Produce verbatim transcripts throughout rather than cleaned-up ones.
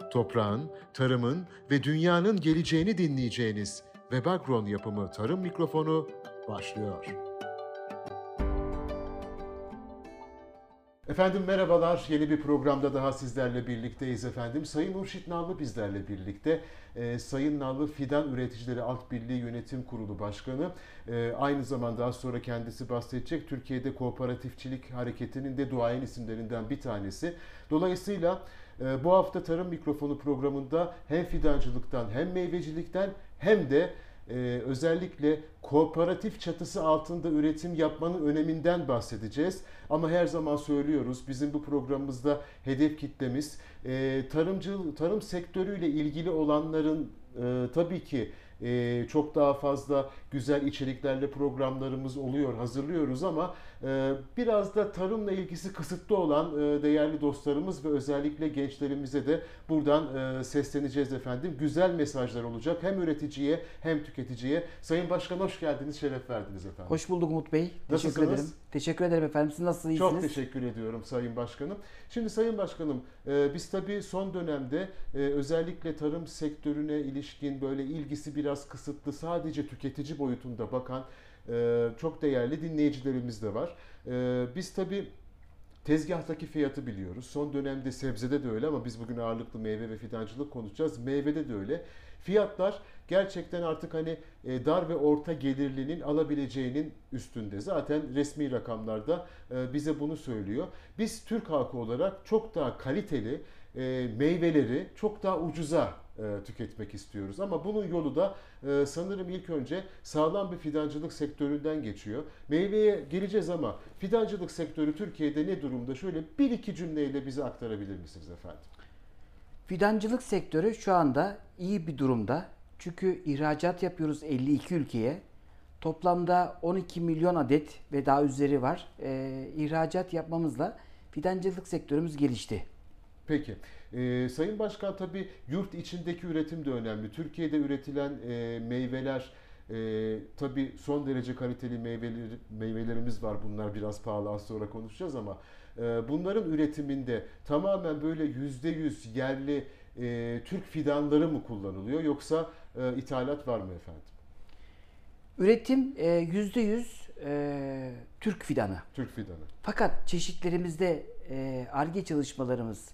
Toprağın, tarımın ve dünyanın geleceğini dinleyeceğiniz Webagron yapımı Tarım Mikrofonu başlıyor. Efendim merhabalar, yeni bir programda daha sizlerle birlikteyiz efendim. Sayın Urşit Nallı bizlerle birlikte. Ee, Sayın Nallı Fidan Üreticileri Alt Birliği Yönetim Kurulu Başkanı. Ee, aynı zamanda az sonra kendisi bahsedecek, Türkiye'de kooperatifçilik hareketinin de duayen isimlerinden bir tanesi. Dolayısıyla e, bu hafta Tarım Mikrofonu programında hem fidancılıktan hem meyvecilikten hem de Ee, özellikle kooperatif çatısı altında üretim yapmanın öneminden bahsedeceğiz. Ama her zaman söylüyoruz, bizim bu programımızda hedef kitlemiz e, tarımcı, tarım sektörüyle ilgili olanların e, tabii ki e, çok daha fazla güzel içeriklerle programlarımız oluyor, hazırlıyoruz ama e, biraz da tarımla ilgisi kısıtlı olan e, değerli dostlarımız ve özellikle gençlerimize de buradan e, sesleneceğiz efendim. Güzel mesajlar olacak hem üreticiye hem tüketiciye. Sayın Başkan hoş geldiniz, şeref verdiniz efendim. Hoş bulduk Umut Bey. Nasılsınız? Teşekkür ederim. Teşekkür ederim efendim. Siz nasılsınız? Çok teşekkür ediyorum Sayın Başkanım. Şimdi Sayın Başkanım, e, biz tabii son dönemde e, özellikle tarım sektörüne ilişkin böyle ilgisi biraz kısıtlı, sadece tüketici boyutunda bakan e, çok değerli dinleyicilerimiz de var. E, biz tabii tezgahtaki fiyatı biliyoruz. Son dönemde sebzede de öyle ama biz bugün ağırlıklı meyve ve fidancılık konuşacağız. Meyvede de öyle. Fiyatlar gerçekten artık hani dar ve orta gelirlinin alabileceğinin üstünde. Zaten resmi rakamlarda bize bunu söylüyor. Biz Türk halkı olarak çok daha kaliteli meyveleri çok daha ucuza tüketmek istiyoruz. Ama bunun yolu da sanırım ilk önce sağlam bir fidancılık sektöründen geçiyor. Meyveye geleceğiz ama fidancılık sektörü Türkiye'de ne durumda? Şöyle bir iki cümleyle bize aktarabilir misiniz efendim? Fidancılık sektörü şu anda iyi bir durumda. Çünkü ihracat yapıyoruz elli iki ülkeye. Toplamda on iki milyon adet ve daha üzeri var. Ee, ihracat yapmamızla fidancılık sektörümüz gelişti. Peki. Ee, Sayın Başkan tabii yurt içindeki üretim de önemli. Türkiye'de üretilen e, meyveler e, tabii son derece kaliteli meyveleri, meyvelerimiz var. Bunlar biraz pahalı, az sonra konuşacağız ama e, bunların üretiminde tamamen böyle yüzde yüz yerli e, Türk fidanları mı kullanılıyor yoksa e, ithalat var mı efendim? Üretim e, yüzde yüz e, Türk fidanı. Türk fidanı. Fakat çeşitlerimizde e, Ar-Ge çalışmalarımız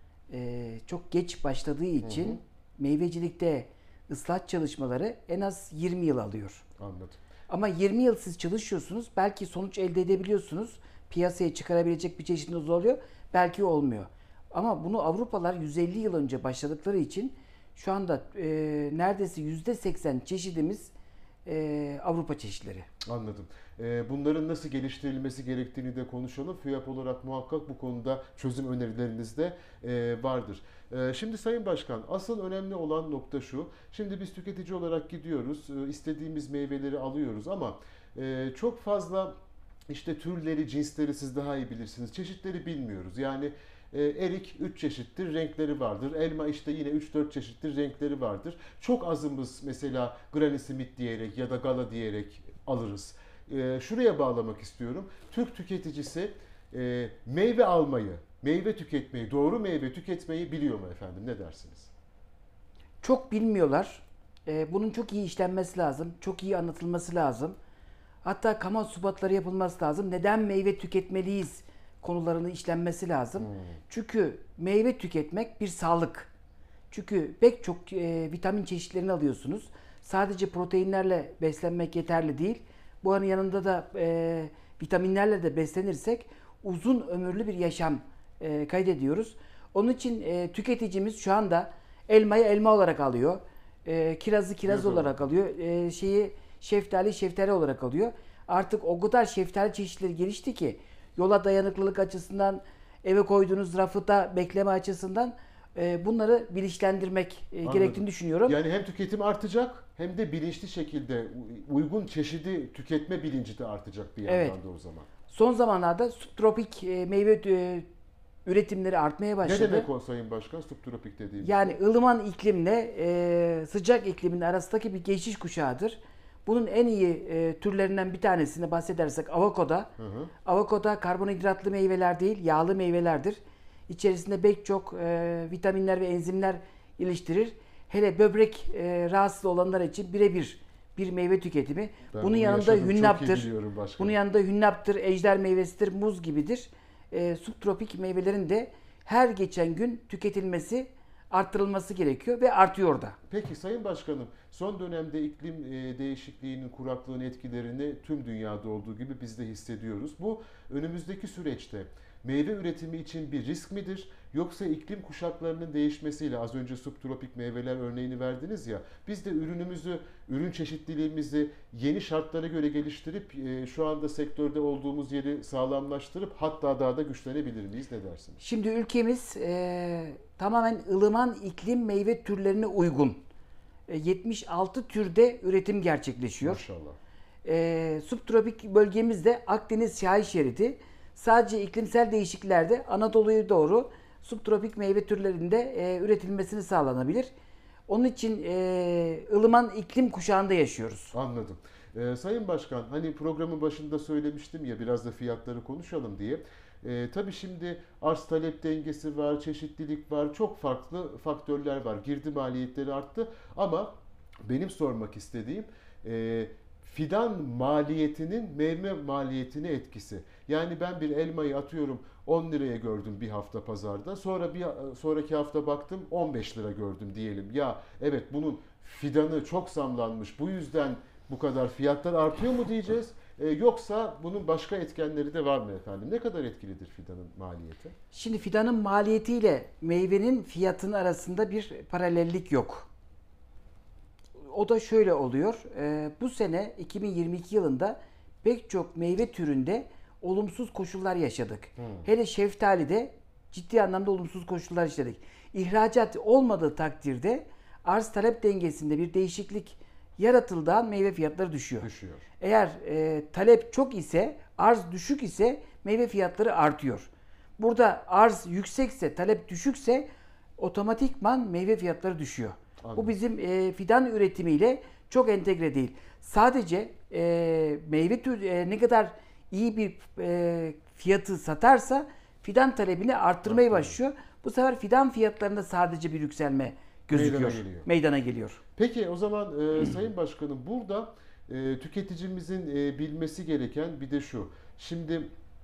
e, çok geç başladığı için hı hı. meyvecilikte ıslah çalışmaları en az yirmi yıl alıyor. Anladım. Ama yirmi yıl siz çalışıyorsunuz. Belki sonuç elde edebiliyorsunuz. Piyasaya çıkarabilecek bir çeşidiniz oluyor. Belki olmuyor. Ama bunu Avrupalar yüz elli yıl önce başladıkları için şu anda e, neredeyse yüzde seksen çeşidimiz e, Avrupa çeşitleri. Anladım. E, bunların nasıl geliştirilmesi gerektiğini de konuşalım. FÜYAP olarak muhakkak bu konuda çözüm önerileriniz de e, vardır. E, şimdi Sayın Başkan, asıl önemli olan nokta şu. Şimdi biz tüketici olarak gidiyoruz, e, istediğimiz meyveleri alıyoruz ama e, çok fazla işte türleri, cinsleri siz daha iyi bilirsiniz. Çeşitleri bilmiyoruz. Yani erik üç çeşittir, renkleri vardır. Elma işte yine üç dört çeşittir, renkleri vardır. Çok azımız mesela Granny Smith diyerek ya da Gala diyerek alırız. Şuraya bağlamak istiyorum. Türk tüketicisi meyve almayı, meyve tüketmeyi, doğru meyve tüketmeyi biliyor mu efendim? Ne dersiniz? Çok bilmiyorlar. Bunun çok iyi işlenmesi lazım. Çok iyi anlatılması lazım. Hatta kamu subatları yapılması lazım. Neden meyve tüketmeliyiz konularının işlenmesi lazım. Hmm. Çünkü meyve tüketmek bir sağlık. Çünkü pek çok e, vitamin çeşitlerini alıyorsunuz. Sadece proteinlerle beslenmek yeterli değil. Bu anın yanında da e, vitaminlerle de beslenirsek uzun ömürlü bir yaşam e, kaydediyoruz. Onun için e, tüketicimiz şu anda elmayı elma olarak alıyor. E, kirazı kiraz evet, olarak evet. alıyor. E, şeyi şeftali şeftali olarak alıyor. Artık o kadar şeftali çeşitleri gelişti ki yola dayanıklılık açısından, eve koyduğunuz rafıda bekleme açısından e, bunları bilinçlendirmek e, gerektiğini düşünüyorum. Yani hem tüketim artacak hem de bilinçli şekilde uygun çeşidi tüketme bilinci de artacak bir yandan evet. da o zaman. Son zamanlarda subtropik e, meyve e, üretimleri artmaya başladı. Ne demek o Sayın Başkan subtropik dediğimiz? Yani ılıman iklimle e, sıcak iklimin arasındaki bir geçiş kuşağıdır. Bunun en iyi e, türlerinden bir tanesini bahsedersek avokado. Hı hı. Avokado karbonhidratlı meyveler değil, yağlı meyvelerdir. İçerisinde pek çok e, vitaminler ve enzimler iliştirir. Hele böbrek e, rahatsız olanlar için birebir bir meyve tüketimi. Ben Bunun bunu yanında yaşadım, çok iyi hünnaptır. biliyorum başkanım. Bunun yanında hünnaptır, ejder meyvesidir, muz gibidir. E, subtropik meyvelerin de her geçen gün tüketilmesi, arttırılması gerekiyor ve artıyor da. Peki Sayın Başkanım, son dönemde iklim e, değişikliğinin, kuraklığın etkilerini tüm dünyada olduğu gibi biz de hissediyoruz. Bu önümüzdeki süreçte meyve üretimi için bir risk midir? Yoksa iklim kuşaklarının değişmesiyle, az önce subtropik meyveler örneğini verdiniz ya, biz de ürünümüzü, ürün çeşitliliğimizi yeni şartlara göre geliştirip e, şu anda sektörde olduğumuz yeri sağlamlaştırıp hatta daha da güçlenebilir miyiz? Ne dersiniz? Şimdi ülkemiz e, tamamen ılıman iklim meyve türlerine uygun. E, yetmiş altı türde üretim gerçekleşiyor. Maşallah. E, subtropik bölgemizde Akdeniz sahil şeridi. Sadece iklimsel değişikliklerde Anadolu'ya doğru subtropik meyve türlerinde e, üretilmesini sağlanabilir. Onun için e, ılıman iklim kuşağında yaşıyoruz. Anladım. Ee, Sayın Başkan, hani programın başında söylemiştim ya, biraz da fiyatları konuşalım diye. Ee, tabii şimdi arz talep dengesi var, çeşitlilik var, çok farklı faktörler var. Girdi maliyetleri arttı ama benim sormak istediğim e, fidan maliyetinin meyve maliyetine etkisi. Yani ben bir elmayı atıyorum on liraya gördüm bir hafta pazarda. Sonra bir sonraki hafta baktım on beş lira gördüm diyelim. Ya evet, bunun fidanı çok zamlanmış, bu yüzden bu kadar fiyatlar artıyor mu diyeceğiz? Ee, yoksa bunun başka etkenleri de var mı efendim? Ne kadar etkilidir fidanın maliyeti? Şimdi fidanın maliyetiyle meyvenin fiyatının arasında bir paralellik yok. O da şöyle oluyor. E, bu sene iki bin yirmi iki yılında pek çok meyve türünde olumsuz koşullar yaşadık. Hmm. Hele şeftalide ciddi anlamda olumsuz koşullar yaşadık. İhracat olmadığı takdirde arz talep dengesinde bir değişiklik yaratıldığında meyve fiyatları düşüyor. Düşüyor. Eğer e, talep çok ise, arz düşük ise meyve fiyatları artıyor. Burada arz yüksekse, talep düşükse otomatikman meyve fiyatları düşüyor. Anladım. Bu bizim e, fidan üretimiyle çok entegre değil. Sadece e, meyve tür e, ne kadar iyi bir e, fiyatı satarsa fidan talebini arttırmaya Anladım. başlıyor. Bu sefer fidan fiyatlarında sadece bir yükselme gözüküyor. Meydana geliyor. Meydana geliyor. Peki o zaman e, Sayın Başkanım, burada e, tüketicimizin e, bilmesi gereken bir de şu. Şimdi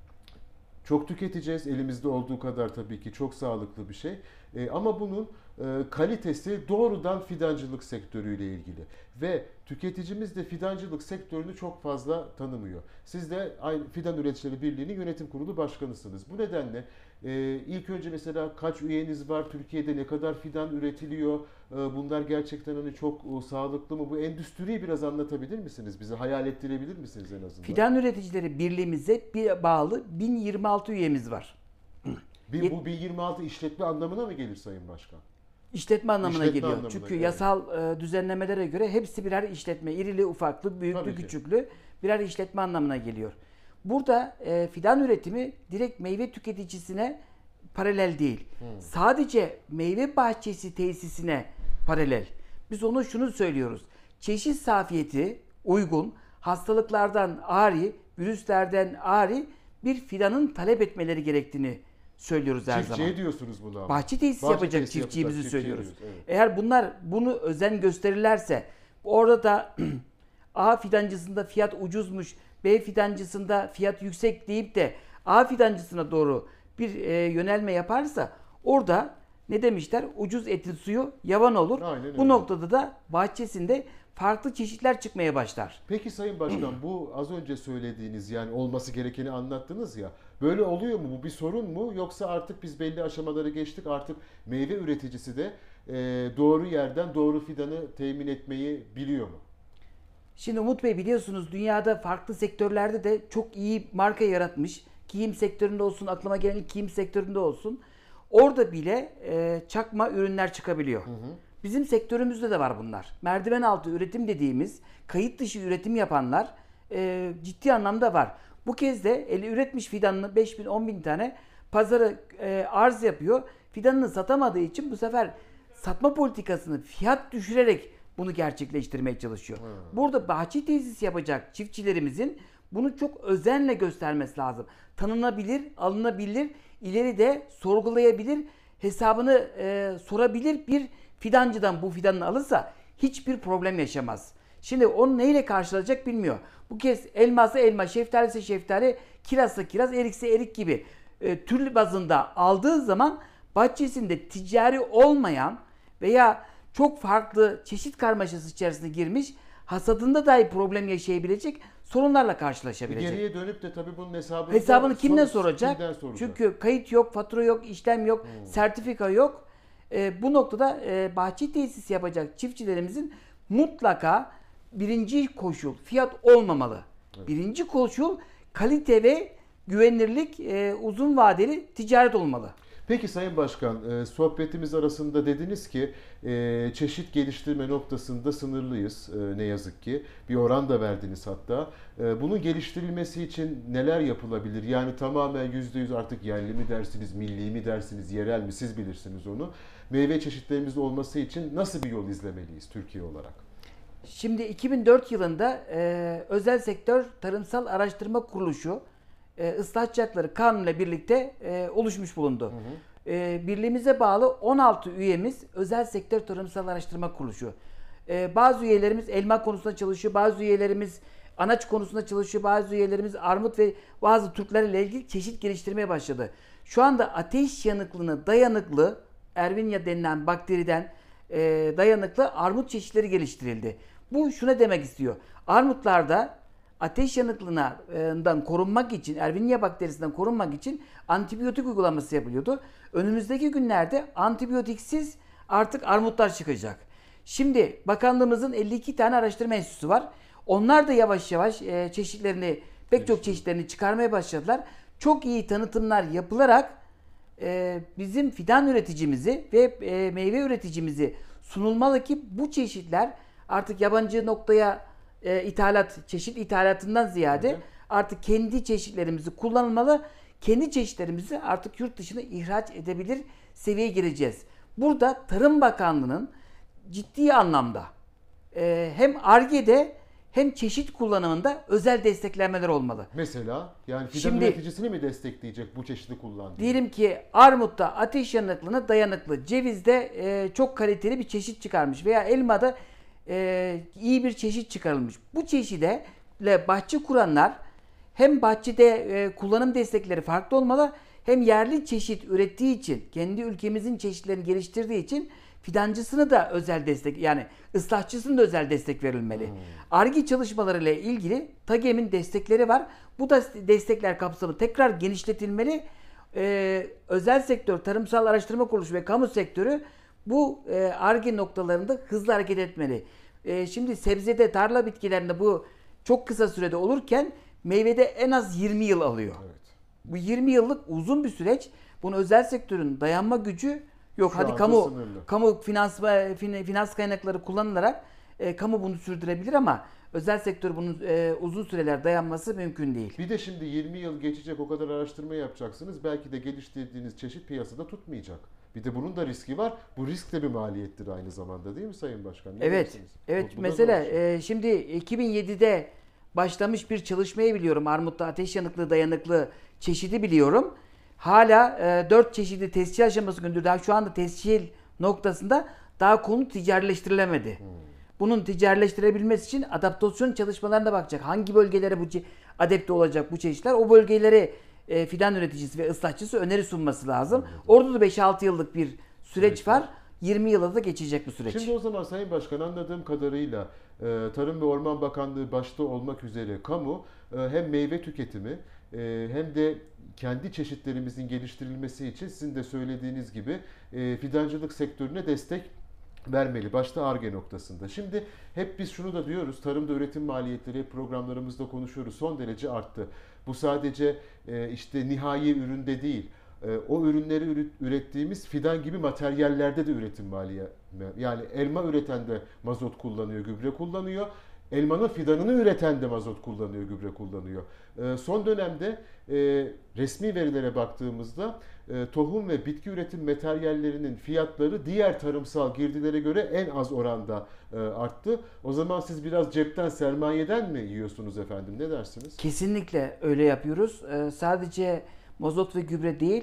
çok tüketeceğiz, elimizde olduğu kadar tabii ki, çok sağlıklı bir şey. E, ama bunun e, kalitesi doğrudan fidancılık sektörüyle ilgili. Ve tüketicimiz de fidancılık sektörünü çok fazla tanımıyor. Siz de aynı Fidan Üreticileri Birliği'nin yönetim kurulu başkanısınız. Bu nedenle e, ilk önce mesela kaç üyeniz var, Türkiye'de ne kadar fidan üretiliyor, e, bunlar gerçekten hani çok e, sağlıklı mı? Bu endüstriyi biraz anlatabilir misiniz? Bize hayal ettirebilir misiniz en azından? Fidan Üreticileri Birliği'mize bir bağlı bin yirmi altı üyemiz var. Bir, bu bin yirmi altı işletme anlamına mı gelir Sayın Başkan? İşletme anlamına İşletme geliyor. anlamına, Çünkü evet. yasal e, düzenlemelere göre hepsi birer işletme. İrili, ufaklı, büyüklü, küçüklü birer işletme anlamına geliyor. Burada e, fidan üretimi direkt meyve tüketicisine paralel değil. Hmm. Sadece meyve bahçesi tesisine paralel. Biz ona şunu söylüyoruz. Çeşit safiyeti uygun, hastalıklardan ari, virüslerden ari bir fidanın talep etmeleri gerektiğini söylüyoruz her Çiftçiye zaman. diyorsunuz bunu ama. Bahçe tesisi Bahçe yapacak tesisi çiftçimizi yapacak, söylüyoruz. çiftçiye diyoruz, evet. Eğer bunlar bunu özen gösterirlerse, orada da A fidancısında fiyat ucuzmuş, B fidancısında fiyat yüksek deyip de A fidancısına doğru bir e, yönelme yaparsa, orada ne demişler? Ucuz etin suyu yavan olur. Aynen Bu öyle. noktada da bahçesinde farklı çeşitler çıkmaya başlar. Peki Sayın Başkan, bu az önce söylediğiniz, yani olması gerekeni anlattınız ya. Böyle oluyor mu? Bu bir sorun mu? Yoksa artık biz belli aşamaları geçtik, artık meyve üreticisi de e, doğru yerden doğru fidanı temin etmeyi biliyor mu? Şimdi Umut Bey, biliyorsunuz dünyada farklı sektörlerde de çok iyi marka yaratmış. Giyim sektöründe olsun, aklıma gelen ilk giyim sektöründe olsun. Orada bile e, çakma ürünler çıkabiliyor. Hı hı. Bizim sektörümüzde de var bunlar. Merdiven altı üretim dediğimiz kayıt dışı üretim yapanlar e, ciddi anlamda var. Bu kez de eli üretmiş fidanını beş bin on bin tane pazara e, arz yapıyor. Fidanını satamadığı için bu sefer satma politikasını fiyat düşürerek bunu gerçekleştirmeye çalışıyor. Hmm. Burada bahçe tesisi yapacak çiftçilerimizin bunu çok özenle göstermesi lazım. Tanınabilir, alınabilir, ileride sorgulayabilir, hesabını e, sorabilir bir fidancıdan bu fidanını alırsa hiçbir problem yaşamaz. Şimdi onu neyle karşılayacak bilmiyor. Bu kez elması elma, şeftalisi şeftali, kirazsa kiraz, erikse erik gibi e, türlü bazında aldığı zaman bahçesinde ticari olmayan veya çok farklı çeşit karmaşası içerisine girmiş, hasadında dahi problem yaşayabilecek sorunlarla karşılaşabilecek. Geriye dönüp de tabii bunun hesabını, hesabını kimden sor, soracak? kimden soracak? Çünkü kayıt yok, fatura yok, işlem yok, hmm. sertifika yok. E, bu noktada e, bahçe tesisi yapacak çiftçilerimizin mutlaka birinci koşul fiyat olmamalı. Evet. Birinci koşul kalite ve güvenilirlik, e, uzun vadeli ticaret olmalı. Peki Sayın Başkan, e, sohbetimiz arasında dediniz ki e, çeşit geliştirme noktasında sınırlıyız e, ne yazık ki. Bir oran da verdiniz hatta. E, bunun geliştirilmesi için neler yapılabilir? Yani tamamen yüzde yüz artık yerli mi dersiniz, milli mi dersiniz, yerel mi, siz bilirsiniz onu. Meyve çeşitlerimiz olması için nasıl bir yol izlemeliyiz Türkiye olarak? Şimdi iki bin dört yılında e, Özel Sektör Tarımsal Araştırma Kuruluşu e, ıslahatçıları kanunla birlikte e, oluşmuş bulundu. Hı hı. E, birliğimize bağlı on altı üyemiz Özel Sektör Tarımsal Araştırma Kuruluşu. E, bazı üyelerimiz elma konusunda çalışıyor, bazı üyelerimiz anaç konusunda çalışıyor, bazı üyelerimiz armut ve bazı Türklerle ilgili çeşit geliştirmeye başladı. Şu anda ateş yanıklığına dayanıklı Erwinia denilen bakteriden e, dayanıklı armut çeşitleri geliştirildi. Bu şuna demek istiyor. Armutlarda ateş yanıklığından korunmak için, Erwinia bakterisinden korunmak için antibiyotik uygulaması yapılıyordu. Önümüzdeki günlerde antibiyotiksiz artık armutlar çıkacak. Şimdi bakanlığımızın elli iki tane araştırma enstitüsü var. Onlar da yavaş yavaş e, çeşitlerini, pek çok çeşitlerini çıkarmaya başladılar. Çok iyi tanıtımlar yapılarak e, bizim fidan üreticimizi ve e, meyve üreticimizi sunulmalı ki bu çeşitler artık yabancı noktaya e, ithalat, çeşit ithalatından ziyade evet. artık kendi çeşitlerimizi kullanılmalı. Kendi çeşitlerimizi artık yurt dışına ihraç edebilir seviyeye gireceğiz. Burada Tarım Bakanlığı'nın ciddi anlamda e, hem Ar-Ge'de hem çeşit kullanımında özel desteklenmeler olmalı. Mesela yani fidan Şimdi, üreticisini mi destekleyecek bu çeşidi kullandığı? Diyelim ki armutta ateş yanıklığına dayanıklı, cevizde e, çok kaliteli bir çeşit çıkarmış veya elmada e, iyi bir çeşit çıkarılmış. Bu çeşide bahçe kuranlar hem bahçede e, kullanım destekleri farklı olmalı hem yerli çeşit ürettiği için, kendi ülkemizin çeşitlerini geliştirdiği için fidancısına da özel destek, yani ıslahçısına da özel destek verilmeli. Ar-Ge hmm. çalışmalarıyla ilgili TAGEM'in destekleri var. Bu da destekler kapsamı tekrar genişletilmeli. Ee, özel sektör, tarımsal araştırma kuruluşu ve kamu sektörü bu e, Ar-Ge noktalarında hızlı hareket etmeli. E, şimdi sebzede, tarla bitkilerinde bu çok kısa sürede olurken meyvede en az yirmi yıl alıyor. Evet. Bu yirmi yıllık uzun bir süreç. Bunu özel sektörün dayanma gücü yok. Şu Hadi kamu sınırlı. kamu finans finans kaynakları kullanılarak e, kamu bunu sürdürebilir ama özel sektör bunun e, uzun süreler dayanması mümkün değil. Bir de şimdi yirmi yıl geçecek, o kadar araştırma yapacaksınız. Belki de geliştirdiğiniz çeşit piyasada tutmayacak. Bir de bunun da riski var. Bu risk de bir maliyettir aynı zamanda, değil mi Sayın Başkan? Ne evet. dersiniz? Evet. Bu, mesela e, şimdi iki bin yedide başlamış bir çalışmayı biliyorum. Armut'ta ateş yanıklı dayanıklı çeşidi biliyorum. Hala e, dört çeşidi tescil aşaması gündür. Daha şu anda tescil noktasında daha konu ticarileştirilemedi. Hmm. Bunun ticarileştirebilmesi için adaptasyon çalışmalarına bakacak. Hangi bölgelere bu adapte olacak bu çeşitler? O bölgelere e, fidan üreticisi ve ıslahçısı öneri sunması lazım. Hmm. Orada da beş altı yıllık bir süreç evet. var. yirmi yıla da geçecek bu süreç. Şimdi o zaman Sayın Başkan, anladığım kadarıyla e, Tarım ve Orman Bakanlığı başta olmak üzere kamu e, hem meyve tüketimi e, hem de kendi çeşitlerimizin geliştirilmesi için sizin de söylediğiniz gibi e, fidancılık sektörüne destek vermeli. Başta Ar-Ge noktasında. Şimdi hep biz şunu da diyoruz. Tarımda üretim maliyetleri programlarımızda konuşuyoruz. Son derece arttı. Bu sadece e, işte nihai üründe değil. E, o ürünleri ürettiğimiz fidan gibi materyallerde de üretim maliyeti. Yani elma üreten de mazot kullanıyor, gübre kullanıyor. Elmanın fidanını üreten de mazot kullanıyor, gübre kullanıyor. E, son dönemde e, resmi verilere baktığımızda e, tohum ve bitki üretim materyallerinin fiyatları diğer tarımsal girdilere göre en az oranda e, arttı. O zaman siz biraz cepten, sermayeden mi yiyorsunuz efendim? Ne dersiniz? Kesinlikle öyle yapıyoruz. E, sadece mazot ve gübre değil,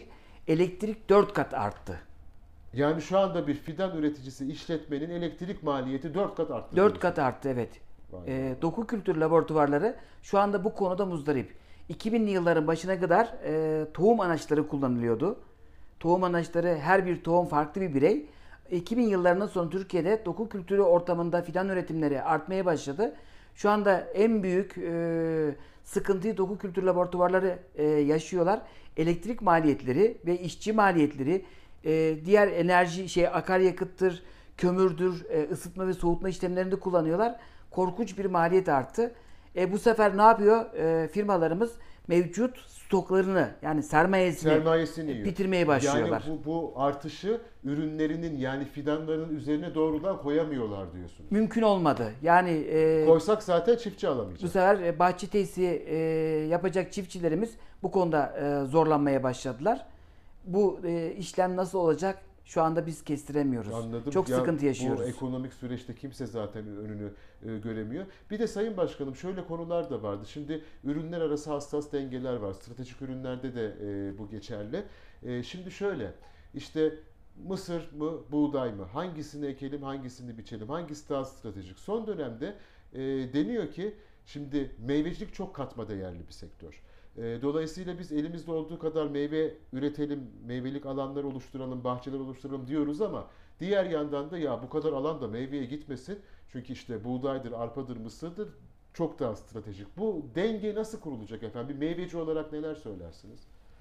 Elektrik dört kat arttı. Yani şu anda bir fidan üreticisi, işletmenin elektrik maliyeti dört kat arttı. dört kat arttı, evet. Vay E, doku kültür laboratuvarları şu anda bu konuda muzdarip. iki binli yılların başına kadar e, tohum anaçları kullanılıyordu. Tohum anaçları, her bir tohum farklı bir birey. iki bin yıllarından sonra Türkiye'de doku kültürü ortamında fidan üretimleri artmaya başladı. Şu anda en büyük e, sıkıntıyı doku kültür laboratuvarları e, yaşıyorlar. Elektrik maliyetleri ve işçi maliyetleri, e, diğer enerji, şey akaryakıttır, kömürdür, e, ısıtma ve soğutma işlemlerinde kullanıyorlar. Korkunç bir maliyet arttı. E, bu sefer ne yapıyor? E, firmalarımız mevcut stoklarını, yani sermayesini, sermayesini yiyor. bitirmeye başlıyorlar. Yani bu, bu artışı ürünlerinin, yani fidanların üzerine doğrudan koyamıyorlar diyorsunuz. Mümkün olmadı. Yani e, Koysak zaten çiftçi bu alamayacak. sefer e, bahçe tesisi e, yapacak çiftçilerimiz bu konuda e, zorlanmaya başladılar. Bu e, işlem nasıl olacak? Şu anda biz kestiremiyoruz. Anladım. Çok Ya sıkıntı yaşıyoruz. Bu ekonomik süreçte kimse zaten önünü e, göremiyor. Bir de Sayın Başkanım, şöyle konular da vardı. Şimdi ürünler arası hassas dengeler var. Stratejik ürünlerde de e, bu geçerli. E, şimdi şöyle, işte mısır mı, buğday mı? Hangisini ekelim, hangisini biçelim? Hangisi daha stratejik? Son dönemde e, deniyor ki şimdi meyvecilik çok katma değerli bir sektör. Dolayısıyla biz elimizde olduğu kadar meyve üretelim, meyvelik alanlar oluşturalım, bahçeler oluşturalım diyoruz ama diğer yandan da ya bu kadar alan da meyveye gitmesin. Çünkü işte buğdaydır, arpadır, mısırdır çok daha stratejik. Bu denge nasıl kurulacak efendim? Bir meyveci olarak neler söylersiniz?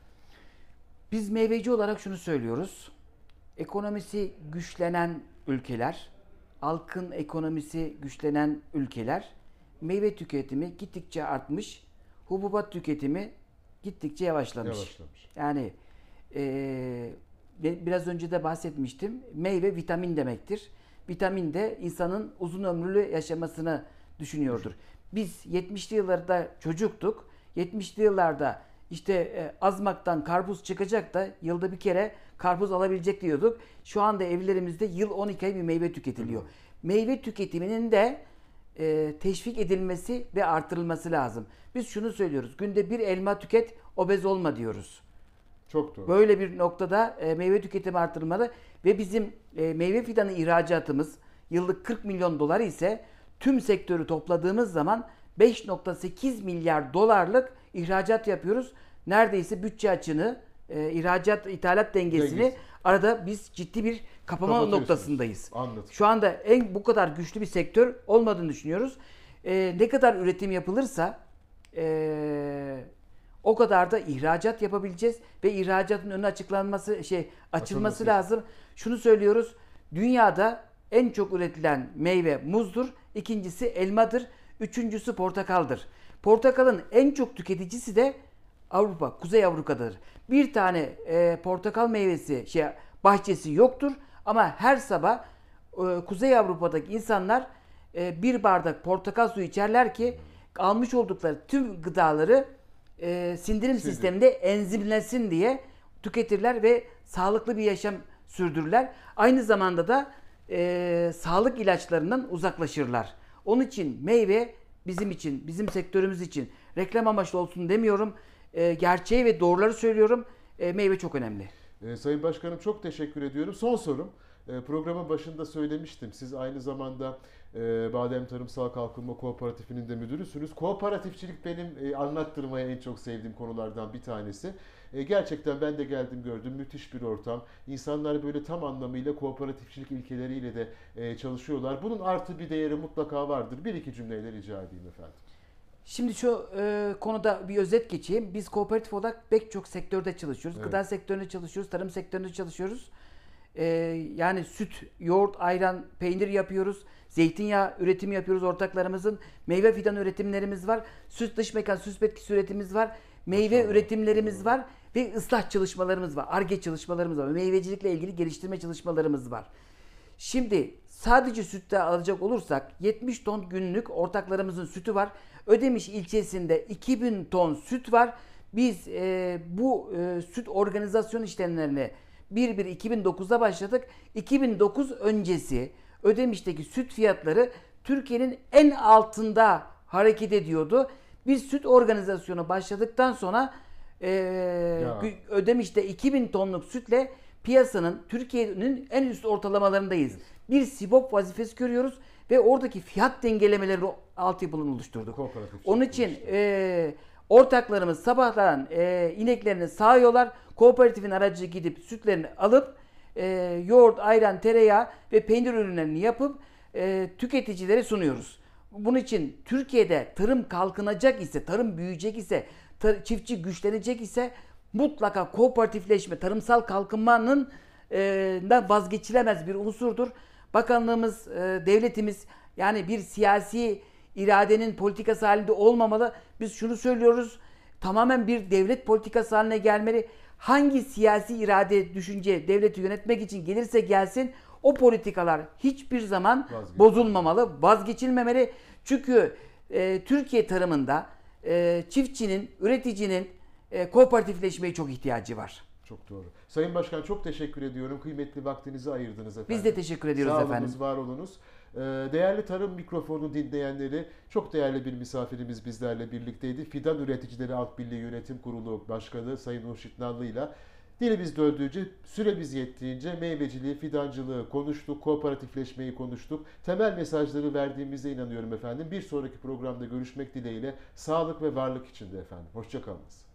Biz meyveci olarak şunu söylüyoruz. Ekonomisi güçlenen ülkeler, halkın ekonomisi güçlenen ülkeler, meyve tüketimi gittikçe artmış, hububat tüketimi gittikçe yavaşlamış. Yavaşlamış. Yani e, biraz önce de bahsetmiştim. Meyve vitamin demektir. Vitamin de insanın uzun ömürlü yaşamasını düşünüyordur. Biz yetmişli yıllarda çocuktuk. yetmişli yıllarda işte e, azmaktan karpuz çıkacak da yılda bir kere karpuz alabilecek diyorduk. Şu anda evlerimizde yıl on iki ay bir meyve tüketiliyor. Hı. Meyve tüketiminin de e, teşvik edilmesi ve artırılması lazım. Biz şunu söylüyoruz. Günde bir elma tüket, obez olma diyoruz. Çok doğru. Böyle bir noktada e, meyve tüketimi artırılmalı ve bizim e, meyve fidanı ihracatımız yıllık kırk milyon dolar ise tüm sektörü topladığımız zaman beş nokta sekiz milyar dolarlık ihracat yapıyoruz. Neredeyse bütçe açığını, e, ihracat ithalat dengesini Dengesi. arada biz ciddi bir kapama noktasındayız. Anladım. Şu anda en bu kadar güçlü bir sektör olmadığını düşünüyoruz. E, ne kadar üretim yapılırsa e, o kadar da ihracat yapabileceğiz ve ihracatın önü açıklanması şey açılması Açılması. lazım. Şunu söylüyoruz. Dünyada en çok üretilen meyve muzdur. İkincisi elmadır. Üçüncüsü portakaldır. Portakalın en çok tüketicisi de Avrupa, Kuzey Avrupa'dır. Bir tane e, portakal meyvesi şey bahçesi yoktur ama her sabah e, Kuzey Avrupa'daki insanlar e, bir bardak portakal suyu içerler ki almış oldukları tüm gıdaları e, sindirim Sindir. sisteminde enzimlensin diye tüketirler ve sağlıklı bir yaşam sürdürürler. Aynı zamanda da e, sağlık ilaçlarından uzaklaşırlar. Onun için meyve bizim için, bizim sektörümüz için reklam amaçlı olsun demiyorum. E, gerçeği ve doğruları söylüyorum. E, meyve çok önemli. E, Sayın Başkanım çok teşekkür ediyorum. Son sorum. E, programın başında söylemiştim. Siz aynı zamanda e, Badem Tarımsal Kalkınma Kooperatifi'nin de müdürüsünüz. Kooperatifçilik benim e, anlattırmaya en çok sevdiğim konulardan bir tanesi. E, gerçekten ben de geldim gördüm. Müthiş bir ortam. İnsanlar böyle tam anlamıyla kooperatifçilik ilkeleriyle de e, çalışıyorlar. Bunun artı bir değeri mutlaka vardır. Bir iki cümleyle rica edeyim efendim. Şimdi şu e, konuda bir özet geçeyim. Biz kooperatif olarak pek çok sektörde çalışıyoruz. Evet. Gıda sektöründe çalışıyoruz, tarım sektöründe çalışıyoruz. E, yani süt, yoğurt, ayran, peynir yapıyoruz. Zeytinyağı üretimi yapıyoruz ortaklarımızın. Meyve fidan üretimlerimiz var. Süt dış mekan, süs bitkisi üretimimiz var. Meyve Maşallah. üretimlerimiz var. Ve ıslah çalışmalarımız var. Ar-Ge çalışmalarımız var. Meyvecilikle ilgili geliştirme çalışmalarımız var. Şimdi sadece sütte alacak olursak yetmiş ton günlük ortaklarımızın sütü var. Ödemiş ilçesinde iki bin ton süt var. Biz e, bu e, süt organizasyon işlemlerini bir bir iki bin dokuzda başladık. iki bin dokuz öncesi Ödemiş'teki süt fiyatları Türkiye'nin en altında hareket ediyordu. Biz süt organizasyonu başladıktan sonra e, Ya. Ödemiş'te iki bin tonluk sütle piyasanın, Türkiye'nin en üst ortalamalarındayız. Bir SİBOP vazifesi görüyoruz ve oradaki fiyat dengelemeleri altyapılarını oluşturduk. Kooperatif Onun çıktı için işte. e, ortaklarımız sabahleyin e, ineklerini sağıyorlar. Kooperatifin aracı gidip sütlerini alıp e, yoğurt, ayran, tereyağı ve peynir ürünlerini yapıp e, tüketicilere sunuyoruz. Bunun için Türkiye'de tarım kalkınacak ise, tarım büyüyecek ise, tar- çiftçi güçlenecek ise mutlaka kooperatifleşme, tarımsal kalkınmanın e, da vazgeçilemez bir unsurdur. Bakanlığımız, e, devletimiz yani bir siyasi iradenin politikası halinde olmamalı. Biz şunu söylüyoruz, tamamen bir devlet politikası haline gelmeli. Hangi siyasi irade, düşünce devleti yönetmek için gelirse gelsin o politikalar hiçbir zaman Vazgeçilmemeli. bozulmamalı, vazgeçilmemeli. Çünkü e, Türkiye tarımında e, çiftçinin, üreticinin e, kooperatifleşmeye çok ihtiyacı var. Çok doğru. Sayın Başkan çok teşekkür ediyorum. Kıymetli vaktinizi ayırdınız efendim. Biz de teşekkür ediyoruz Sağ efendim. olunuz, var olunuz. Ee, Değerli Tarım Mikrofonu dinleyenleri, çok değerli bir misafirimiz bizlerle birlikteydi. Fidan Üreticileri Halk Birliği Yönetim Kurulu Başkanı Sayın Hurşit Nallı ile dilimiz döndüğünce, süremiz yettiğince meyveciliği, fidancılığı konuştuk, kooperatifleşmeyi konuştuk. Temel mesajları verdiğimize inanıyorum efendim. Bir sonraki programda görüşmek dileğiyle, sağlık ve varlık içinde efendim. Hoşça kalınız.